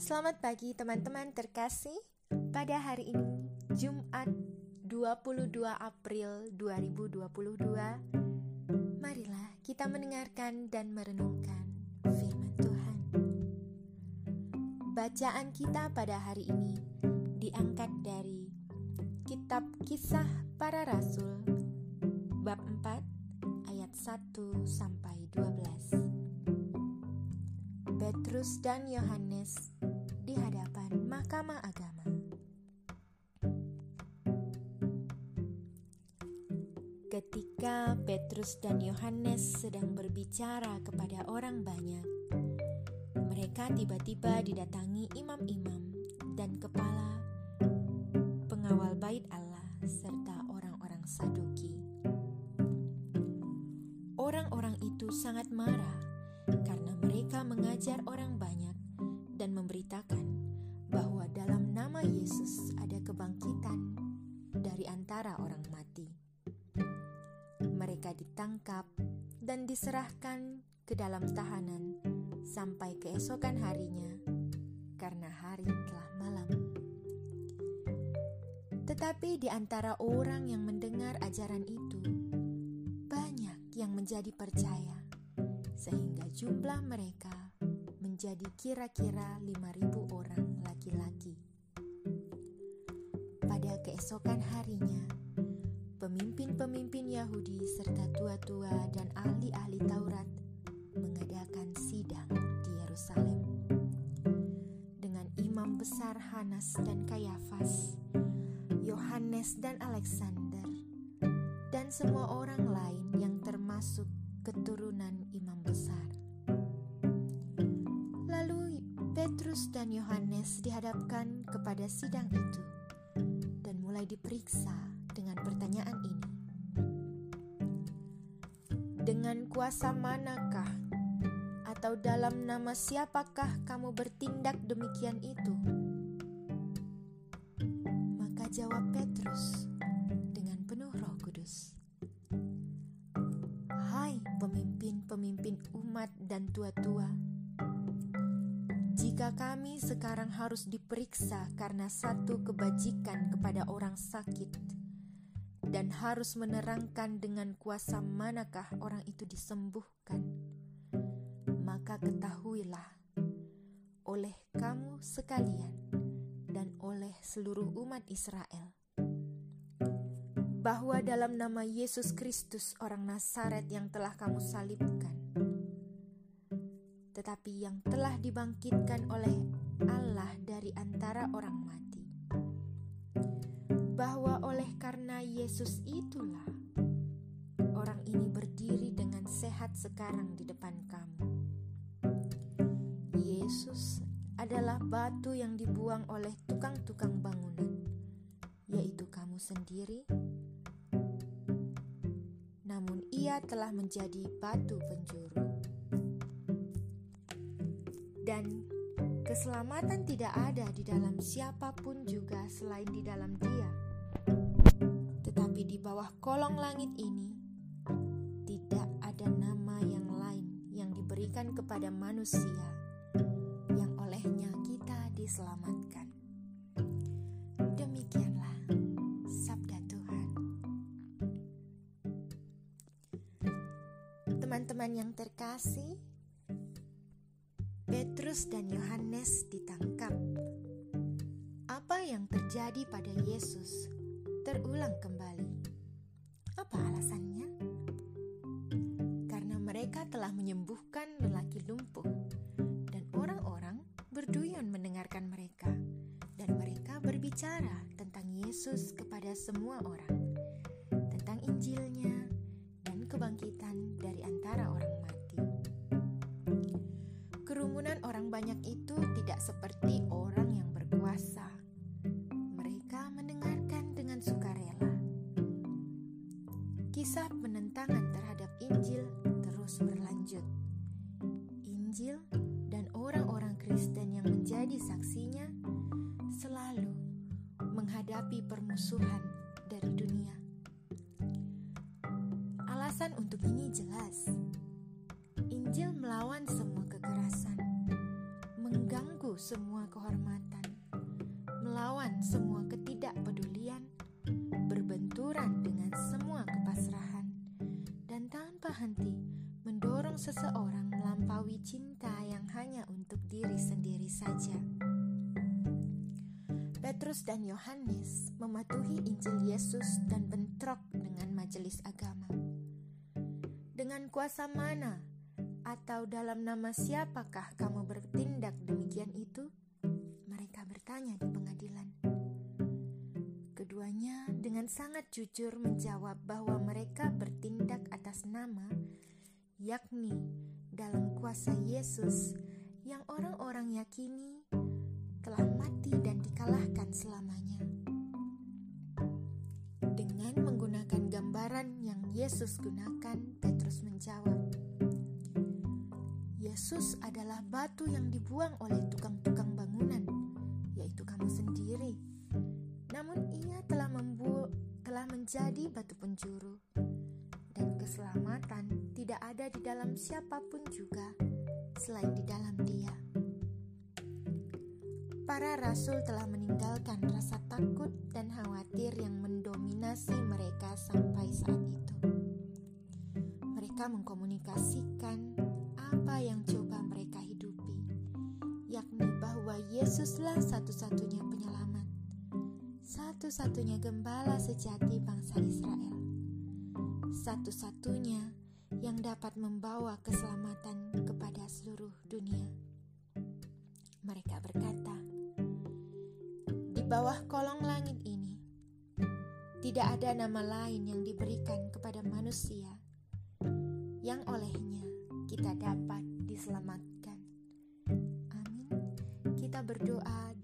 Selamat pagi teman-teman terkasih. Pada hari ini, Jumat 22 April 2022, marilah kita mendengarkan dan merenungkan firman Tuhan. Bacaan kita pada hari ini diangkat dari Kitab Kisah Para Rasul, bab 4, ayat 1-12. Petrus dan Yohanes di hadapan Mahkamah Agama. Ketika Petrus dan Yohanes sedang berbicara kepada orang banyak, mereka tiba-tiba didatangi imam-imam dan kepala pengawal bait Allah serta orang-orang Saduki. Orang-orang itu sangat marah karena mereka mengajar orang banyak dan memberitakan bahwa dalam nama Yesus ada kebangkitan dari antara orang mati. Mereka ditangkap dan diserahkan ke dalam tahanan sampai keesokan harinya karena hari telah malam. Tetapi di antara orang yang mendengar ajaran itu, banyak yang menjadi percaya, sehingga jumlah mereka menjadi kira-kira 5.000 orang laki-laki. Pada keesokan harinya, pemimpin-pemimpin Yahudi serta tua-tua dan ahli-ahli Taurat mengadakan sidang di Yerusalem dengan imam besar Hanas dan Kayafas, Yohanes dan Alexander, dan semua orang lain yang termasuk keturunan imam besar. Lalu Petrus dan Yohanes dihadapkan kepada sidang itu dan mulai diperiksa dengan pertanyaan ini. Dengan kuasa manakah atau dalam nama siapakah kamu bertindak demikian itu? Maka jawab Petrus dengan penuh Roh Kudus, "Hai pemimpin-pemimpin umat dan tua-tua, jika kami sekarang harus diperiksa karena satu kebajikan kepada orang sakit dan harus menerangkan dengan kuasa manakah orang itu disembuhkan, maka ketahuilah oleh kamu sekalian dan oleh seluruh umat Israel bahwa dalam nama Yesus Kristus orang Nazaret yang telah kamu salibkan, tetapi yang telah dibangkitkan oleh Allah dari antara orang mati, bahwa oleh karena Yesus itulah orang ini berdiri dengan sehat sekarang di depan kamu. Yesus adalah batu yang dibuang oleh tukang-tukang bangunan, yaitu kamu sendiri, namun ia telah menjadi batu penjuru. Dan keselamatan tidak ada di dalam siapapun juga selain di dalam Dia. Tetapi di bawah kolong langit ini tidak ada nama yang lain yang diberikan kepada manusia yang olehnya kita diselamatkan." Demikianlah sabda Tuhan. Teman-teman yang terkasih, Petrus dan Yohanes ditangkap. Apa yang terjadi pada Yesus terulang kembali. Apa alasannya? Karena mereka telah menyembuhkan lelaki lumpuh, dan orang-orang berduyun mendengarkan mereka, dan mereka berbicara tentang Yesus kepada semua orang, tentang Injilnya dan kebangkitan dari antara orang mati. Kerumunan orang banyak itu tidak seperti orang yang berkuasa. Mereka mendengarkan dengan sukarela. Kisah penentangan terhadap Injil terus berlanjut. Injil dan orang-orang Kristen yang menjadi saksinya selalu menghadapi permusuhan dari dunia. Alasan untuk ini jelas. Injil melawan semua kekerasan, mengganggu merebut semua kehormatan, melawan semua ketidakpedulian, berbenturan dengan semua kepasrahan, dan tanpa henti mendorong seseorang melampaui cinta yang hanya untuk diri sendiri saja. Petrus dan Yohanes mematuhi Injil Yesus dan bentrok dengan majelis agama. Dengan kuasa mana atau dalam nama siapakah kamu bertindak demikian itu? Mereka bertanya di pengadilan. Keduanya dengan sangat jujur menjawab bahwa mereka bertindak atas nama, yakni dalam kuasa Yesus yang orang-orang yakini telah mati dan dikalahkan selamanya. Dengan menggunakan gambaran yang Yesus gunakan, Petrus menjawab, Yesus adalah batu yang dibuang oleh tukang-tukang bangunan, yaitu kamu sendiri. Namun ia telah menjadi batu penjuru, dan keselamatan tidak ada di dalam siapapun juga selain di dalam Dia. Para rasul telah meninggalkan rasa takut dan khawatir yang mendominasi mereka sampai saat itu. Mereka mengkomunikasikan apa yang coba mereka hidupi, yakni bahwa Yesuslah satu-satunya penyelamat, satu-satunya gembala sejati bangsa Israel, satu-satunya yang dapat membawa keselamatan kepada seluruh dunia. Mereka berkata, di bawah kolong langit ini tidak ada nama lain yang diberikan kepada manusia yang olehnya kita dapat diselamatkan. Amin. Kita berdoa